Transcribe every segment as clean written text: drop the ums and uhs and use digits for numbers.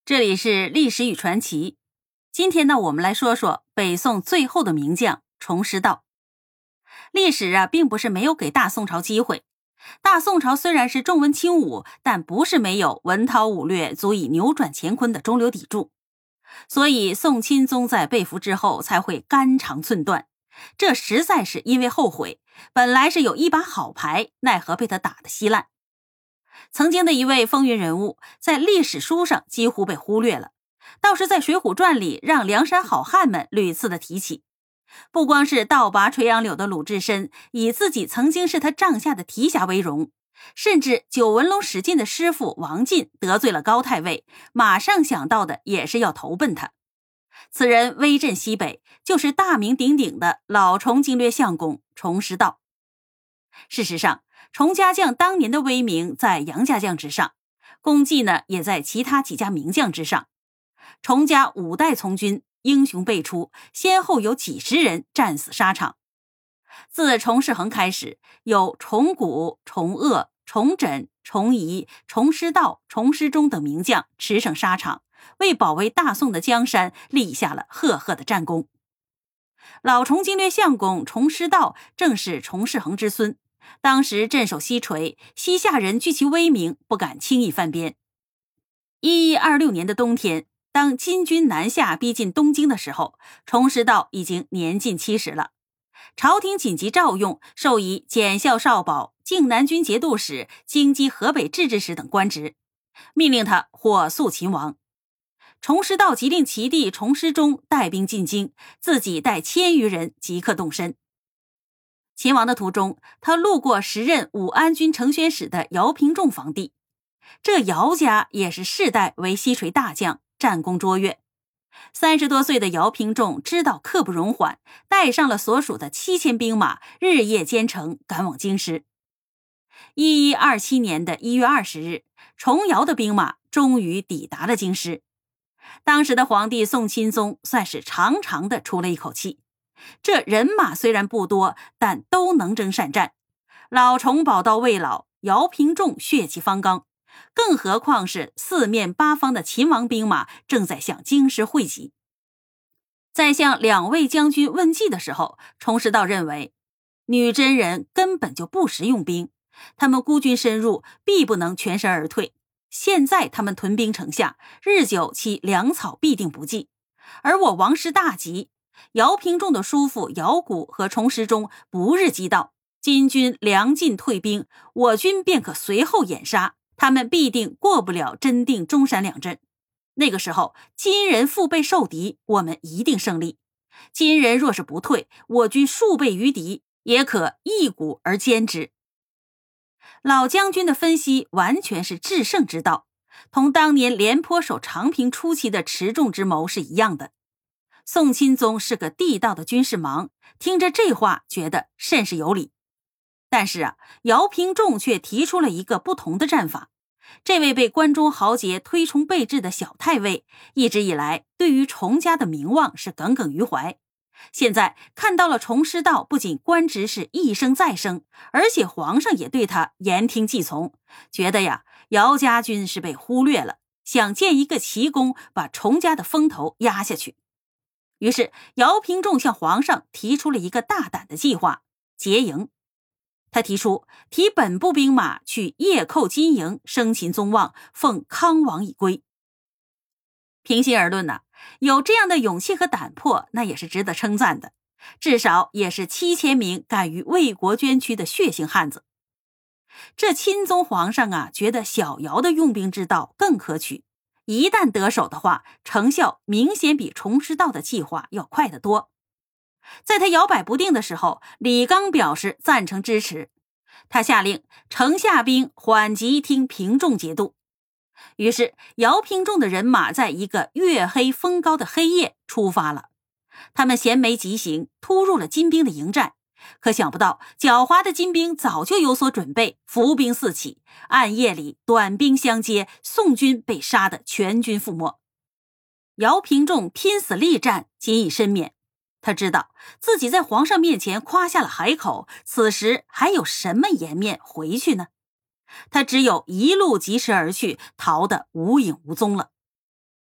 这里是历史与传奇。今天呢，我们来说说北宋最后的名将崇师道。历史并不是没有给大宋朝机会。大宋朝虽然是重文轻武，但不是没有文韬武略足以扭转乾坤的中流砥柱。所以宋钦宗在被俘之后才会肝肠寸断，这实在是因为后悔，本来是有一把好牌，奈何被他打得稀烂。曾经的一位风云人物，在历史书上几乎被忽略了，倒是在《水浒传》里让梁山好汉们屡次的提起。不光是倒拔垂杨柳的鲁智深以自己曾经是他帐下的提辖为荣，甚至九纹龙史进的师傅王进得罪了高太尉，马上想到的也是要投奔他。此人威震西北，就是大名鼎鼎的老崇经略相公崇师道。事实上，崇家将当年的威名在杨家将之上，功绩呢也在其他几家名将之上。崇家5代从军，英雄辈出，先后有几十人战死沙场。自崇世恒开始，有崇古、崇鄂、崇缜、崇仪、崇师道、崇师忠等名将驰骋沙场，为保卫大宋的江山立下了赫赫的战功。老崇经略相公崇师道正是崇世恒之孙，当时镇守西陲，西夏人据其威名，不敢轻易犯边。1126年的冬天，当金军南下逼近东京的时候，崇师道已经年近70了。朝廷紧急召用，授以检校少保、靖南军节度使、京畿河北制置使等官职，命令他火速擒王。崇师道即令其弟崇师忠带兵进京，自己带1000余人即刻动身。秦王的途中，他路过时任武安军承宣使的姚平仲房地。这姚家也是世代为西陲大将，战功卓越。30多岁的姚平仲知道刻不容缓，带上了所属的7000兵马，日夜兼程赶往京师。1127年的1月20日，崇姚的兵马终于抵达了京师。当时的皇帝宋钦宗算是长长的出了一口气。这人马虽然不多，但都能征善战。老崇宝刀未老，姚平仲血气方刚，更何况是四面八方的秦王兵马正在向京师汇集。在向2位将军问计的时候，崇师道认为女真人根本就不识用兵，他们孤军深入，必不能全身而退。现在他们屯兵城下，日久其粮草必定不济，而我王师大急。姚平仲的叔父姚谷和崇师忠不日即到，金军粮尽退兵，我军便可随后掩杀，他们必定过不了真定、中山2镇。那个时候金人腹背受敌，我们一定胜利。金人若是不退，我军数倍于敌，也可一鼓而歼之。老将军的分析完全是制胜之道，同当年廉颇守长平初期的持重之谋是一样的。宋钦宗是个地道的军事盲，听着这话觉得甚是有理。但是姚平仲却提出了一个不同的战法。这位被关中豪杰推崇备至的小太尉，一直以来对于崇家的名望是耿耿于怀。现在看到了崇师道不仅官职是一升再升，而且皇上也对他言听计从，觉得姚家军是被忽略了，想建一个奇功，把崇家的风头压下去。于是姚平仲向皇上提出了一个大胆的计划，劫营。他提出提本部兵马去夜寇金营，生擒宗望，奉康王以归。平心而论有这样的勇气和胆魄，那也是值得称赞的，至少也是7000名敢于为国捐躯的血性汉子。这钦宗皇上觉得小姚的用兵之道更可取，一旦得手的话，成效明显比崇师道的计划要快得多。在他摇摆不定的时候，李纲表示赞成支持，他下令城下兵缓急听平仲节度。于是姚平仲的人马在一个月黑风高的黑夜出发了。他们衔枚急行，突入了金兵的营寨。可想不到狡猾的金兵早就有所准备，伏兵四起，暗夜里短兵相接，宋军被杀得全军覆没。姚平仲拼死力战，仅以身免。他知道自己在皇上面前夸下了海口，此时还有什么颜面回去呢？他只有一路疾驰而去，逃得无影无踪了。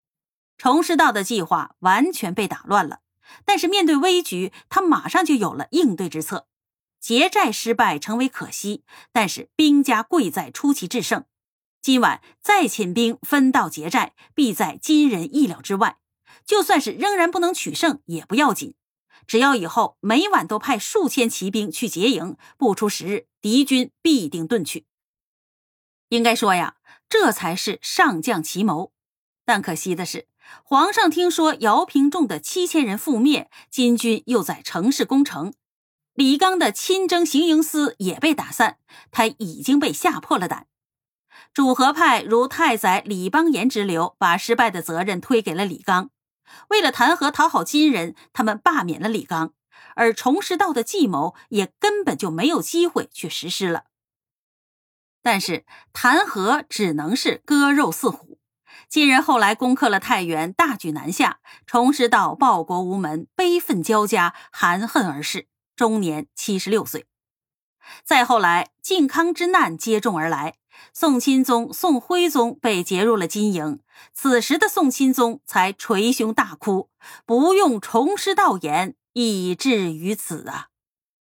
崇师道的计划完全被打乱了，但是面对危局，他马上就有了应对之策。劫寨失败成为可惜，但是兵家贵在出奇制胜。今晚再遣兵分道劫寨，必在今人意料之外。就算是仍然不能取胜也不要紧，只要以后每晚都派数千骑兵去劫营，不出10日，敌军必定遁去。应该说呀，这才是上将奇谋。但可惜的是，皇上听说姚平仲的7000人覆灭，金军又在城市攻城，李纲的亲征行营司也被打散，他已经被吓破了胆。主和派如太宰李邦彦之流，把失败的责任推给了李纲。为了弹劾讨好金人，他们罢免了李纲，而崇师道的计谋也根本就没有机会去实施了。但是弹劾只能是割肉似虎。金人后来攻克了太原，大举南下，崇师道报国无门，悲愤交加，含恨而逝，终年76岁。再后来，靖康之难接踵而来，宋钦宗、宋徽宗被劫入了金营，此时的宋钦宗才捶胸大哭，不用崇师道眼，以至于此啊。